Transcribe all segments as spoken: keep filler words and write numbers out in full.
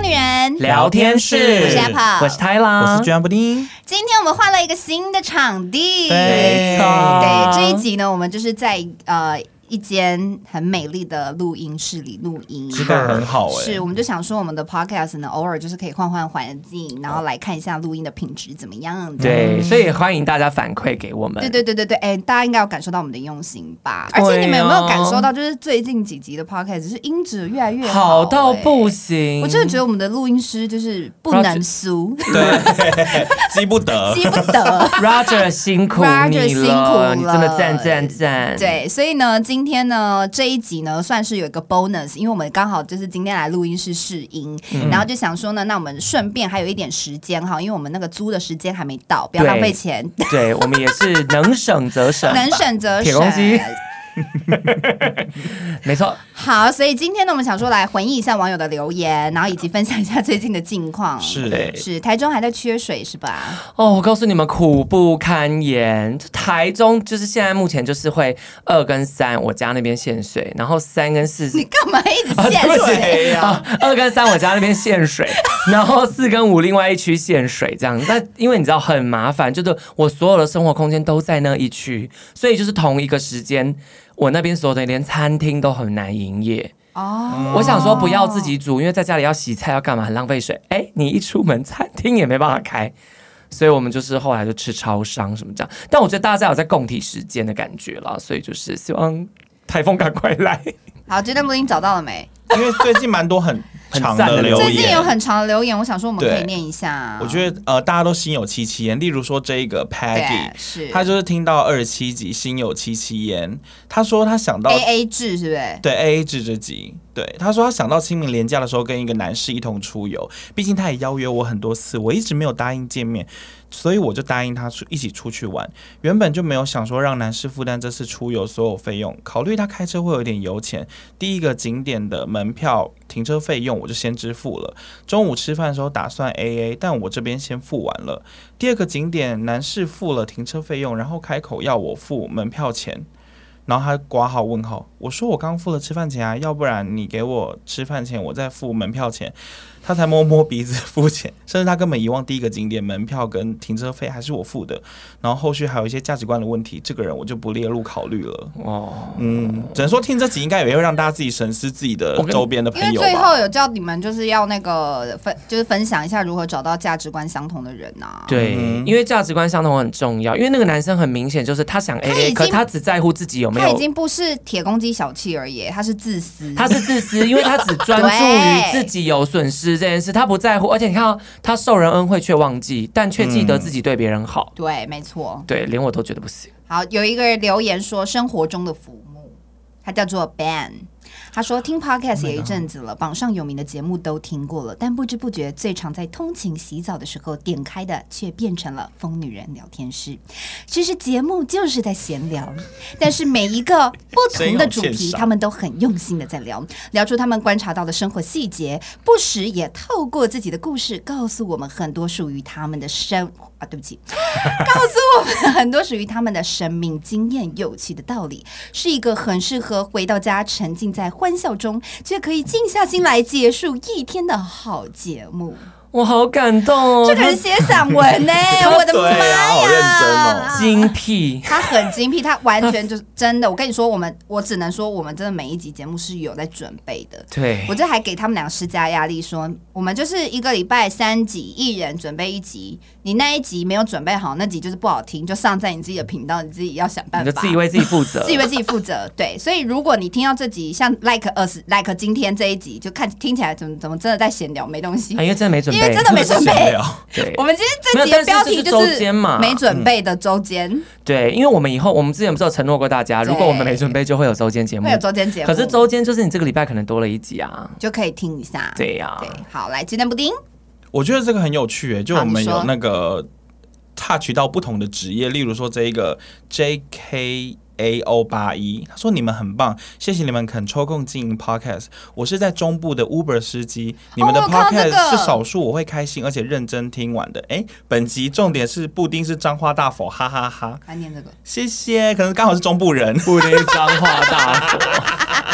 女人聊天室， 我是 Apple， 我是泰拉， 我是居然布丁。 今天我们换了一个新的场地， 对， 对，这一集呢，我们就是在呃。一间很美丽的录音室里录音， 质感很好哎、 欸。是，我们就想说，我们的 podcast 呢，偶尔就是可以换换环境，然后来看一下录音的品质怎么样。 对，所以欢迎大家反馈给我们。 对对对对对，哎、欸，大家应该有感受到我们的用心吧？而且你们有没有感受到，就是最近几集的 podcast 是音质越来越好、欸， 好到不行。 我真的觉得我们的录音师就是不能输， 对，激不得， 激不得。 Roger 辛苦你了 ，Roger 辛苦了， 你真的赞赞赞。 对，所以呢，今天呢这一集呢算是有一个 bonus， 因为我们刚好就是今天来录音室试音、嗯，然后就想说呢，那我们顺便还有一点时间哈，因为我们那个租的时间还没到，不要浪费钱。 对，我们也是能省则省， 能省则省。 铁公鸡。没错， 好，所以今天呢，我们想说来回忆一下网友的留言，然后以及分享一下最近的近况。 是是，台中还在缺水是吧？ 哦，我告诉你们，苦不堪言。台中就是现在目前就是会二跟三，我家那边限水，然后三跟四， 你干嘛一直限水呀、 啊？二跟三我家那边限水，然后四跟五另外一区限水，这样。但因为你知道很麻烦，就是我所有的生活空间都在那一区，所以就是同一个时间。我那边所有的连餐厅都很难营业哦，我想说不要自己煮，因为在家里要洗菜要干嘛，很浪费水。哎，你一出门餐厅也没办法开，所以我们就是后来就吃超商什么这样。但我觉得大家有在共体时间的感觉啦，所以就是希望台风赶快来。 好，今天布丁找到了没？ 因为最近蛮多很长的留言， 最近有很长的留言，我想说我们可以念一下。 我觉得呃，大家都心有戚戚焉。例如说这一个 Peggy， 是他就是听到二十七集心有戚戚焉，他说他想到 A A 制，是不是？ 对 A A 制这集，对他说他想到清明连假的时候跟一个男士一同出游，毕竟他也邀约我很多次，我一直没有答应见面。所以我就答应他一起出去玩，原本就没有想说让男士负担这次出游所有费用，考虑他开车会有点油钱，第一个景点的门票、停车费用我就先支付了，中午吃饭的时候打算 A A， 但我这边先付完了。第二个景点男士付了停车费用，然后开口要我付门票钱，然后他括号问号，我说我刚付了吃饭钱啊，要不然你给我吃饭钱，我再付门票钱。他才摸摸鼻子付钱，甚至他根本遗忘第一个景点门票跟停车费还是我付的，然后后续还有一些价值观的问题，这个人我就不列入考虑了。哦，嗯，只能说听这集应该也会让大家自己审视自己的周边的朋友吧。 因为最后有叫你们就是要那个分，就是分享一下如何找到价值观相同的人啊。 对，嗯、因为价值观相同很重要。因为那个男生很明显就是他想 A A， 可他只在乎自己有没有。 他已经不是铁公鸡小气而已，他是自私。 他是自私，因为他只专注于自己有损失这件事，他不在乎。而且你看到他受人恩惠却忘记，但却记得自己对别人好。 嗯、对，没错。 对，连我都觉得不行。 好，有一个人留言说，生活中的浮木，他叫做 Ben。他说听 podcast 也一阵子了，榜上有名的节目都听过了，但不知不觉最常在通勤洗澡的时候点开的却变成了疯女人聊天室。其实节目就是在闲聊，但是每一个不同的主题他们都很用心的在聊，聊出他们观察到的生活细节，不时也透过自己的故事告诉我们很多属于他们的生啊，对不起告诉我们很多属于他们的生命经验有趣的道理，是一个很适合回到家沉浸在欢笑中却可以静下心来结束一天的好节目。 我好感动哦！ 这个人写散文呢、欸，我的妈呀， 啊、好认真哦， 精辟， 他很精辟，他完全就是真的。我跟你说，我们我只能说，我们真的每一集节目是有在准备的。 对， 我这还给他们俩施加压力说，我们就是一个礼拜三集，一人准备一集。你那一集没有准备好，那集就是不好听，就上在你自己的频道，你自己要想办法， 你就自己为自己负责， 自己为自己负责。对，所以如果你听到这集，像 Like Us Like 今天这一集，就看听起来怎么怎么真的在闲聊，没东西、 啊，因为真的没准备。 因为真的没准备， 对， 我们今天这集的标题就是没准备的周间、嗯。 对，因为我们以后我们之前不是有承诺过大家，如果我们没准备，就会有周间节目， 会有周间节目。 可是周间就是你这个礼拜可能多了一集啊， 就可以听一下。 对呀、啊， 对，好，来鸡蛋布丁。 我觉得这个很有趣诶，就我们有那个 touch 到不同的职业，例如说这一个 J K。A O 八一，他说你们很棒，谢谢你们肯抽空经营 podcast。我是在中部的 Uber 司机，你们的 podcast 是少数我会开心而且认真听完的。哎，本集重点是布丁是彰化大佛，哈哈哈。 还念这个， 谢谢，可能刚好是中部人， 布丁彰化大佛。 布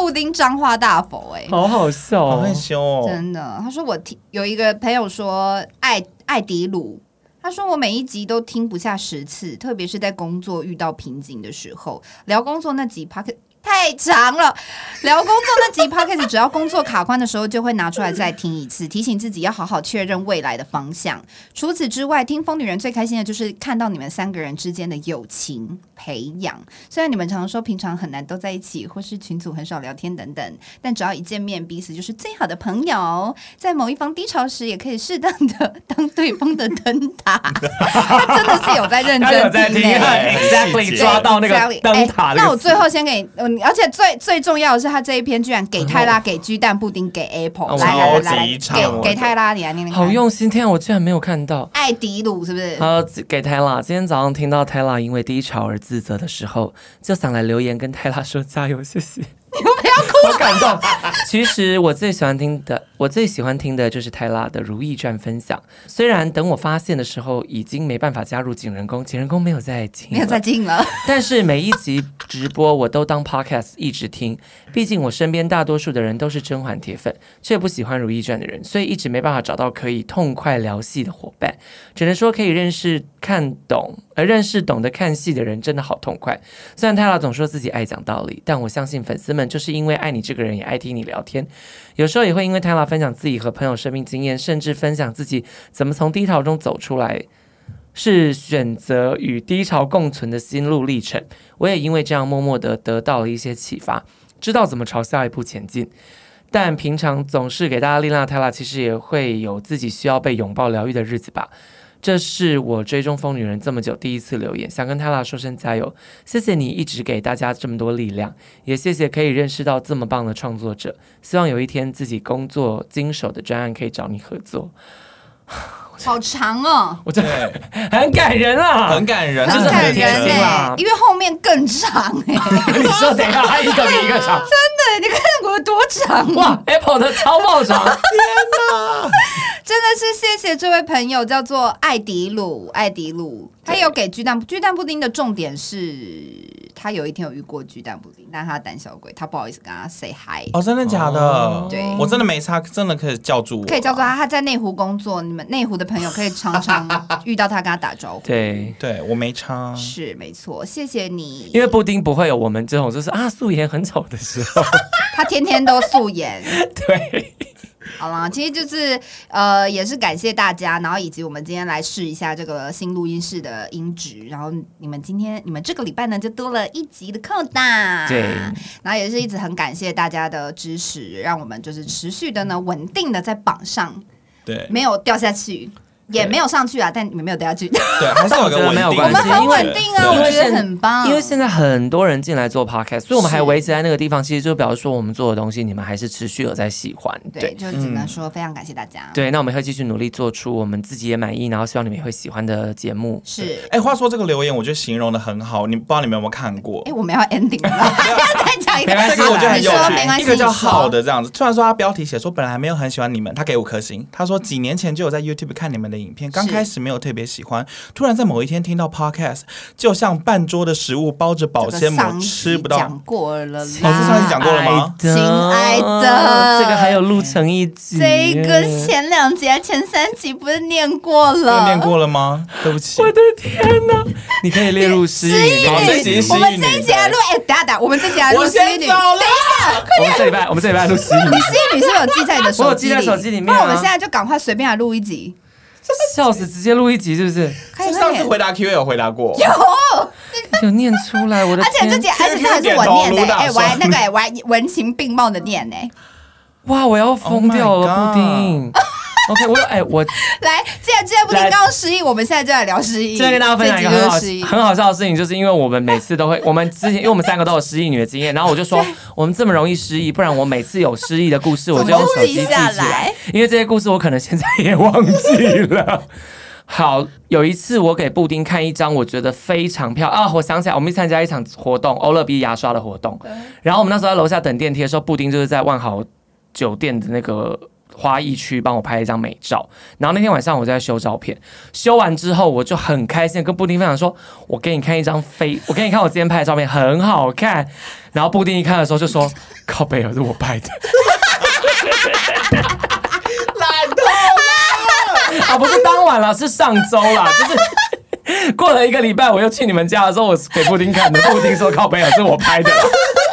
布丁彰化大佛哎、欸， 好好笑哦， 好害羞哦。 真的。他说我听有一个朋友说艾艾迪鲁。他说：“我每一集都听不下十次，特别是在工作遇到瓶颈的时候，聊工作那集 Podcast 太长了。聊工作那集 Podcast 只要工作卡关的时候，就会拿出来再听一次，提醒自己要好好确认未来的方向。除此之外，听疯女人最开心的就是看到你们三个人之间的友情培养。虽然你们常常说平常很难都在一起，或是群组很少聊天等等，但只要一见面，彼此就是最好的朋友。在某一方低潮时，也可以适当的当对方的灯塔。他真的是有在认真听、 欸、，exactly 抓到那个灯塔、欸。 那我最后先给你，而且最最重要的是，他这一篇居然给泰拉、给鸡蛋布丁、给 Apple，、哦、来来来来来，给给泰拉，你来念念看。 好用心，天啊，我居然没有看到。 艾迪鲁是不是？ 好，给泰拉。今天早上听到泰拉因为低潮而自责的时候，就想来留言跟泰拉说加油，谢谢。 你们不要哭， 好感动。其实我最喜欢听的，我最喜欢听的就是泰拉的《如懿传》分享。虽然等我发现的时候，已经没办法加入景人宫，景人宫没有再进， 没有再进了。 但是每一集直播我都当 podcast 一直听，毕竟我身边大多数的人都是甄嬛铁粉，却不喜欢《如懿传》的人，所以一直没办法找到可以痛快聊戏的伙伴。只能说可以认识看懂，而认识懂得看戏的人真的好痛快。虽然泰拉总说自己爱讲道理，但我相信粉丝们就是因为爱你这个人，也爱听你聊天。有时候也会因为泰拉分享自己和朋友生命经验，甚至分享自己怎么从低潮中走出来，是选择与低潮共存的心路历程。我也因为这样默默的得到了一些启发，知道怎么朝下一步前进。但平常总是给大家力量的泰拉，其实也会有自己需要被拥抱疗愈的日子吧。这是我追踪疯女人这么久第一次留言，想跟泰拉说声加油，谢谢你一直给大家这么多力量，也谢谢可以认识到这么棒的创作者，希望有一天自己工作经手的专案可以找你合作。 好长哦， 我真的很感人啊， 很感人， 很感人哎、欸，因为后面更长哎、 欸。你说等一下，他一个比一个长， 真的，你看我多长哇 ！Apple 的超爆长，天哪！真的是谢谢这位朋友，叫做艾迪鲁，艾迪鲁，他有给巨蛋巨蛋布丁的重点是，他有一天有遇过巨蛋布丁，但他胆小鬼，他不好意思跟他 say hi。 哦，真的假的？哦、 对， 我真的没差，真的可以叫住我， 可以叫住他。他在内湖工作，你们内湖的朋友可以常常遇到他，跟他打招呼。 对， 对我没差， 是没错，谢谢你。 因为布丁不会有我们这种就是啊素颜很丑的时候， 他天天都素颜。 对。 好啦，其实就是呃，也是感谢大家，然后以及我们今天来试一下这个新录音室的音质，然后你们今天你们这个礼拜呢就多了一集的扣打， 对， 然后也是一直很感谢大家的支持，让我们就是持续的呢稳定的在榜上， 对， 没有掉下去。也没有上去啊，但你们没有掉下去。 对，还是有个稳定。 我们很稳定啊，我觉得很棒。 因为现在很多人进来做 podcast， 所以我们还维持在那个地方，其实就表示说我们做的东西，你们还是持续有在喜欢。 对，就只能说非常感谢大家。 对，那我们会继续努力做出我们自己也满意，然后希望你们也会喜欢的节目。 是。 哎，话说这个留言，我觉得形容的很好，你不知道你们有没有看过？ 哎，我们要 ending 了，再讲一个。 这个我觉得很有趣， 一个叫浩的这样子。虽然说他标题写说本来没有很喜欢你们，他给五颗星。他说几年前就有在 YouTube 看你们的影片，刚开始没有特别喜欢，突然在某一天听到 podcast， 就像半桌的食物包着保鲜膜吃不到。 讲过了啦， 上次讲过了吗？ 亲爱的， 这个还有录成一集。 这个前两集、前三集不是念过了？ 念过了吗？对不起， 我的天哪！你可以列入失忆女。 好，这集我们这一集来录，哎，等下等下，我们这集来录失忆女。等一下，快点！ 我们这礼拜，我们这礼拜录失忆女。 你失忆女是不是有记在你的手机里？ 我有记在手机里面。 那我们现在就赶快随便来录一集。 笑死，直接录一集是不是？ 上次回答 Q A 有回答过， 有有念出来，我的天！ 而且这集，而且这还是我念的，哎，我还那个，我还文情并茂的念呢。 哇，我要疯掉了，布丁。OK， 我哎、欸、我来，既然既然布丁刚刚失忆，我们现在就来聊失忆。 现在跟大家分享一个很好很好笑的事情，就是因为我们每次都会，我们之前因为我们三个都有失忆女的经验，然后我就说我们这么容易失忆，不然我每次有失忆的故事，我就用手机记起来，因为这些故事我可能现在也忘记了。好，有一次我给布丁看一张我觉得非常漂亮啊，我想起来，我们去参加一场活动，欧乐 B 牙刷的活动，然后我们那时候在楼下等电梯的时候，布丁就是在万豪酒店的那个花艺区帮我拍了一张美照，然后那天晚上我在修照片，修完之后我就很开心，跟布丁分享说：“我给你看一张飞，我给你看我今天拍的照片，很好看。”然后布丁一看的时候就说：“靠北尔是我拍的。” 烂透了！ 啊，不是当晚啦，是上周啦，就是过了一个礼拜，我又去你们家的时候，我给布丁看的，布丁说：“靠北尔是我拍的。”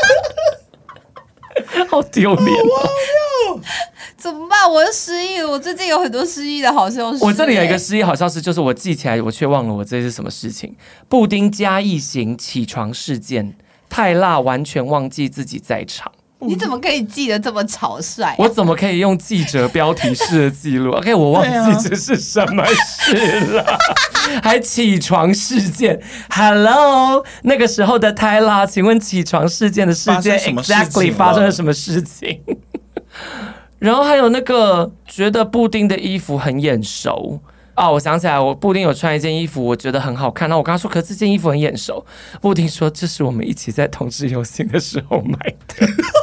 好丢脸哦！ 怎么办？我又失忆了。我最近有很多失忆的好消息。 我这里有一个失忆好消息，就是我记起来，我却忘了我这是什么事情。布丁加一型起床事件，泰辣完全忘记自己在场。 你怎么可以记得这么草率、啊？ 我怎么可以用记者标题式的记录 ？OK， 我忘记这是什么事了，还起床事件 ？Hello， 那个时候的泰辣，请问起床事件的事件 exactly 发生了什么事情？然后还有那个觉得布丁的衣服很眼熟啊，我想起来，我布丁有穿一件衣服，我觉得很好看。然后我跟他说，可是这件衣服很眼熟。布丁说，这是我们一起在同志游行的时候买的。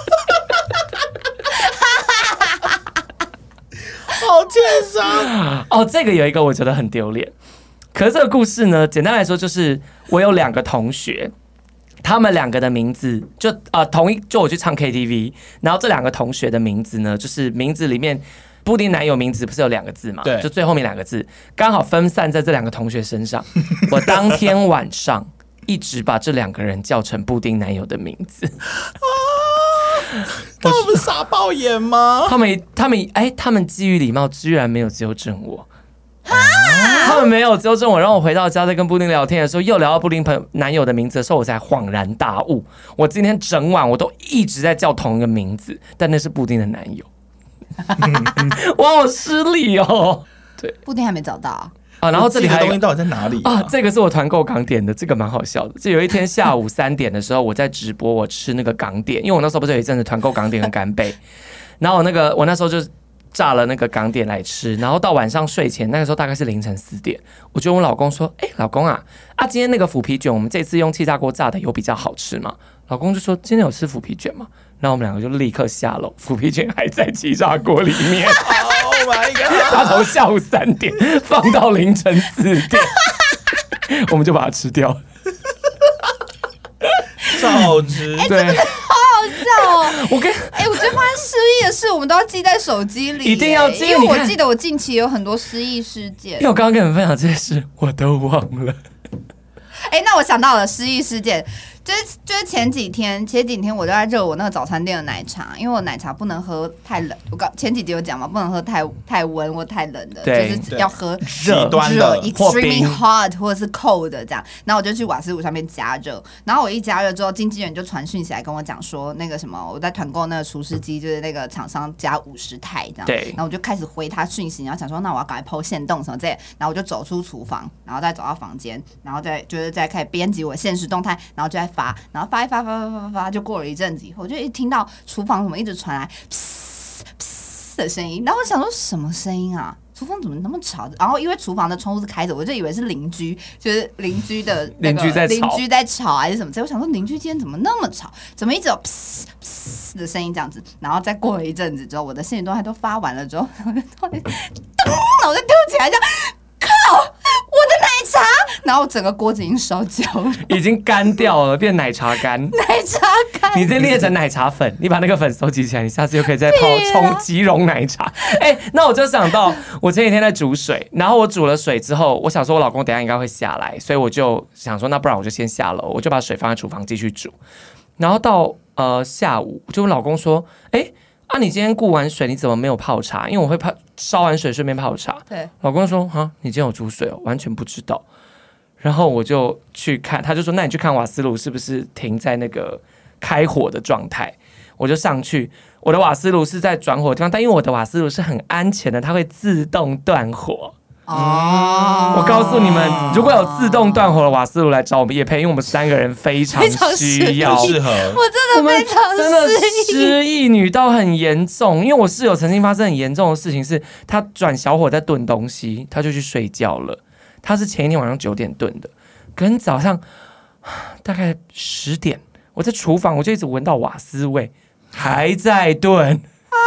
好欠伤哦，这个有一个我觉得很丢脸。可是这个故事呢，简单来说就是我有两个同学。他们两个的名字就呃同一，就我去唱 K T V， 然后这两个同学的名字呢，就是名字里面布丁男友名字不是有两个字嘛？ 对， 就最后面两个字刚好分散在这两个同学身上。我当天晚上一直把这两个人叫成布丁男友的名字。 啊，他们不是傻爆眼吗？ 他们他们哎，他们基于礼貌，居然没有纠正我。他们没有纠正我，让我回到家在跟布丁聊天的时候，又聊到布丁朋男友的名字的时候，我才恍然大悟。我今天整晚我都一直在叫同一个名字，但那是布丁的男友。我好失礼哦。对， 布丁还没找到啊。 啊，然后这里还有东西到底在哪里 啊, 啊？这个是我团购港点的，这个蛮好笑的。就有一天下午三点的时候，我在直播，我吃那个港点，因为我那时候不是有一阵子团购港点跟干贝，然后我那个我那时候就炸了那个港点来吃，然后到晚上睡前，那个时候大概是凌晨四点，我就问我老公说：“哎、欸，老公啊，啊，今天那个腐皮卷，我们这次用气炸锅炸的有比较好吃吗？”老公就说：“今天有吃腐皮卷吗？”然后我们两个就立刻下楼，腐皮卷还在气炸锅里面。 Oh my god！ 他从下午三点放到凌晨四点，我们就把它吃掉。 照吃， 对。 笑哦！ 我跟哎、欸，我最发现失忆的事，我们都要记在手机里， 一定要记。 因为我记得我近期有很多失忆事件。 因为我刚刚跟你们分享这些事，我都忘了。 哎、欸，那我想到了失忆事件，就是就是前几天前几天我就在热我那个早餐店的奶茶，因为我奶茶不能喝太冷，我刚前几集有讲嘛，不能喝太太温或太冷的，就是要喝热热 extremely hot 或者是 cold 这样。然后我就去瓦斯炉上面加热，然后我一加热之后，经纪人就传讯息来跟我讲说，那个什么我在团购那个除湿机，就是那个厂商加五十台这样。 对。 然后我就开始回他讯息，然后想说那我要赶快 po 限动什么之类的，然后我就走出厨房，然后再走到房间，然后再就是再开始编辑我限时动态，然后就在发，然后发一发发发发发，就过了一阵子以后，我就一听到厨房怎么一直传来噗噗的声音，然后我想说什么声音啊？厨房怎么那么吵？然后因为厨房的窗户是开着，我就以为是邻居，就是邻居的邻居在吵， 邻居在吵还是什么？我想说邻居今天怎么那么吵？怎么一直有噗噗的声音这样子？然后再过了一阵子之后，我的现实动态都发完了之后，然后就突然咚，脑袋丢起来这样。靠！我的奶茶，然后整个锅子已经烧焦了， 已经干掉了，变奶茶干。 奶茶干， 你再炼成奶茶粉，你把那个粉收集起来，你下次又可以再泡冲即溶奶茶。哎、欸，那我就想到，我前几天在煮水，然后我煮了水之后，我想说我老公等一下应该会下来，所以我就想说，那不然我就先下楼，我就把水放在厨房继续煮。然后到呃下午，我就问老公说，哎、欸。啊，你今天顾完水，你怎么没有泡茶？因为我会泡烧完水顺便泡茶。 对， 老公说啊，你今天有煮水哦，完全不知道。然后我就去看，他就说，那你去看瓦斯炉是不是停在那个开火的状态？我就上去，我的瓦斯炉是在转火的地方，但因为我的瓦斯炉是很安全的，它会自动断火。哦，我告诉你们，如果有自动断火的瓦斯炉来找我们业配，因为我们三个人非常需要， 适合。 我真的非常真的失忆女到很严重，因为我室友曾经发生很严重的事情是，他转小火在炖东西，他就去睡觉了。他是前一天晚上九点炖的，可能早上大概十点，我在厨房我就一直闻到瓦斯味，还在炖。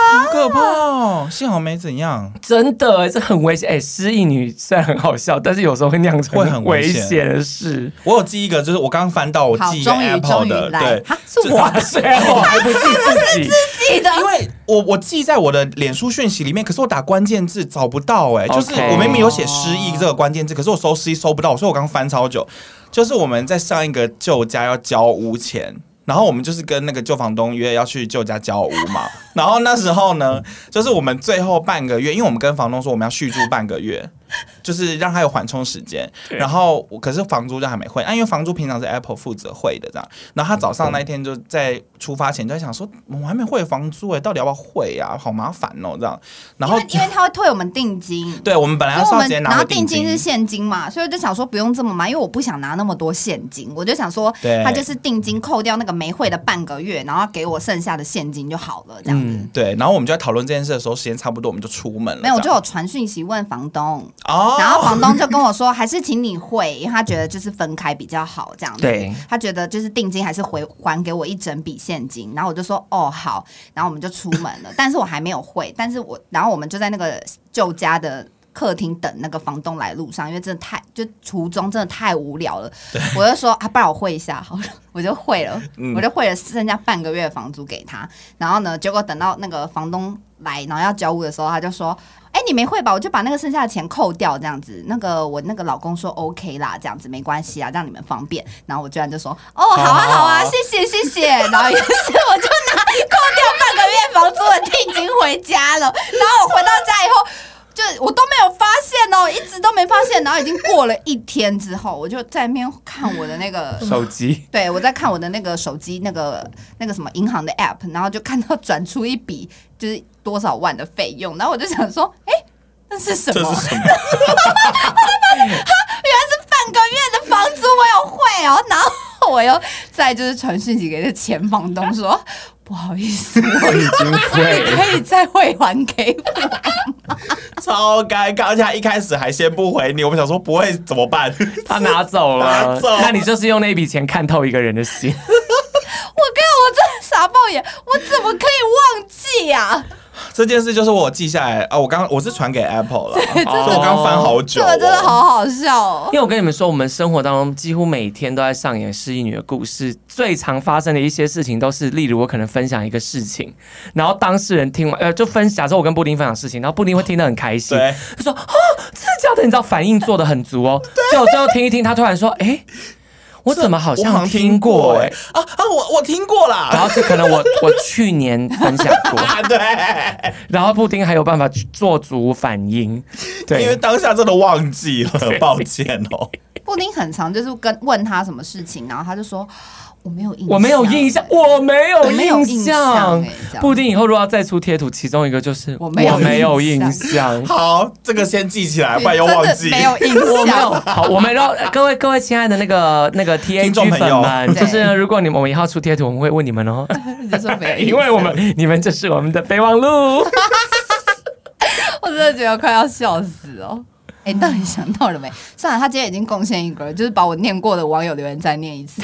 好可怕哦！幸好没怎样， 真的哎，这很危险哎。失忆女虽然很好笑，但是有时候会酿成会很危险的事。 我有记一个，就是我刚刚翻到我记一个 Apple 的，对， 是我的， 是我还不记自己自己的， 因为我我记在我的脸书讯息里面，可是我打关键字找不到哎、欸， 就是我明明有写失忆这个关键字，可是我搜失忆搜不到，所以我刚翻超久。就是我们在上一个旧家要交屋前。然后我们就是跟那个旧房东约要去旧家交屋嘛，然后那时候呢，就是我们最后半个月，因为我们跟房东说我们要续租半个月，就是让他有缓冲时间。然后可是房租就还没汇，啊，因为房租平常是 Apple 负责汇的这样。然后他早上那一天就在出发前就在想说，我还没汇房租哎，到底要不要汇啊？好麻烦哦这样。然后因为因为他会退我们定金， 对我们本来要直接拿回定金，然后定金是现金嘛，所以就想说不用这么麻，因为我不想拿那么多现金，我就想说他就是定金扣掉那个没汇的半个月，然后给我剩下的现金就好了，这样子。嗯、 对，然后我们就在讨论这件事的时候，时间差不多，我们就出门了。 没有，我就有传讯息问房东，哦、然后房东就跟我说，还是请你汇，因为他觉得就是分开比较好，这样子。 对， 他觉得就是定金还是回还给我一整笔现金，然后我就说哦好，然后我们就出门了，但是我还没有汇，但是我然后我们就在那个旧家的客厅等那个房东来路上，因为真的太就途中真的太无聊了，我就说啊，不然我汇一下好了，我就汇了，嗯、我就汇了剩下半个月的房租给他，然后呢，结果等到那个房东来，然后要交屋的时候，他就说。哎，你没汇吧？我就把那个剩下的钱扣掉，这样子。那个我那个老公说 OK 啦，这样子没关系啊，让你们方便。然后我居然就说哦，好啊，好啊，谢谢谢谢。然后于是我就拿扣掉半个月房租的定金回家了。然后我回到家以后，就我都没有发现哦，一直都没发现。然后已经过了一天之后，我就在那边看我的那个手机， 对我在看我的那个手机那个那个什么银行的 app， 然后就看到转出一笔就是多少万的费用，然后我就想说，哎，那是什么？ 这是什么？ 原来是半个月的房租我有汇哦，然后我又再就是传讯息给前房东说。不好意思，我已经汇了， 可以再汇还给我吗？ 超尴尬，而且他一开始还先不回你，我们想说不会怎么办？ 他拿走了， 拿走， 那你就是用那笔钱看透一个人的心。 我跟我真的傻爆眼，我怎么可以忘记啊？ 这件事就是我记下来啊，我刚我是传给 Apple 了，所以我刚翻好久、哦， 这个真的好好笑哦。 因为我跟你们说，我们生活当中几乎每天都在上演失忆女的故事，最常发生的一些事情都是，例如我可能分享一个事情，然后当事人听完，呃，就分假设我跟布丁分享事情，然后布丁会听得很开心，他说哦，真的假的？你知道反应做得很足哦，结果最后听一听，他突然说，哎、欸。我怎么好像听过哎、欸、 啊啊！我我听过啦， 然后是可能我我去年分享过， 对， 然后布丁还有办法做足反应，对， 因为当下真的忘记了，抱歉哦。 布丁很常就是跟问他什么事情，然后他就说。我没有印象， 我没有印象，我没有印象。 欸、 布丁以后如果要再出贴图，其中一个就是我没有印象。 好，这个先记起来，不然又忘记。 没有印象。 我没有。好，我们让各位各位亲爱的那个那个 T A G 粉们，就是如果你们我们以后出贴图，我们会问你们哦。因为我们你们就是我们的备忘录。 我真的觉得快要笑死哦。哎、欸，到底想到了没？算了，他今天已经贡献一个了，就是把我念过的网友留言再念一次。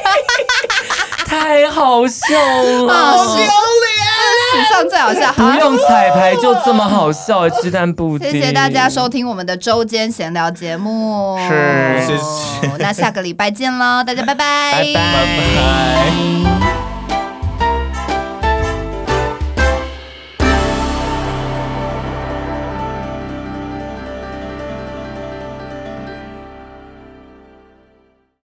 太好笑了， 好丢脸！ 史上最好笑， 不用彩排就这么好笑的鸡蛋布丁。 谢谢大家收听我们的周间闲聊节目， 是， 谢谢。 那下个礼拜见喽，大家拜拜， 拜拜。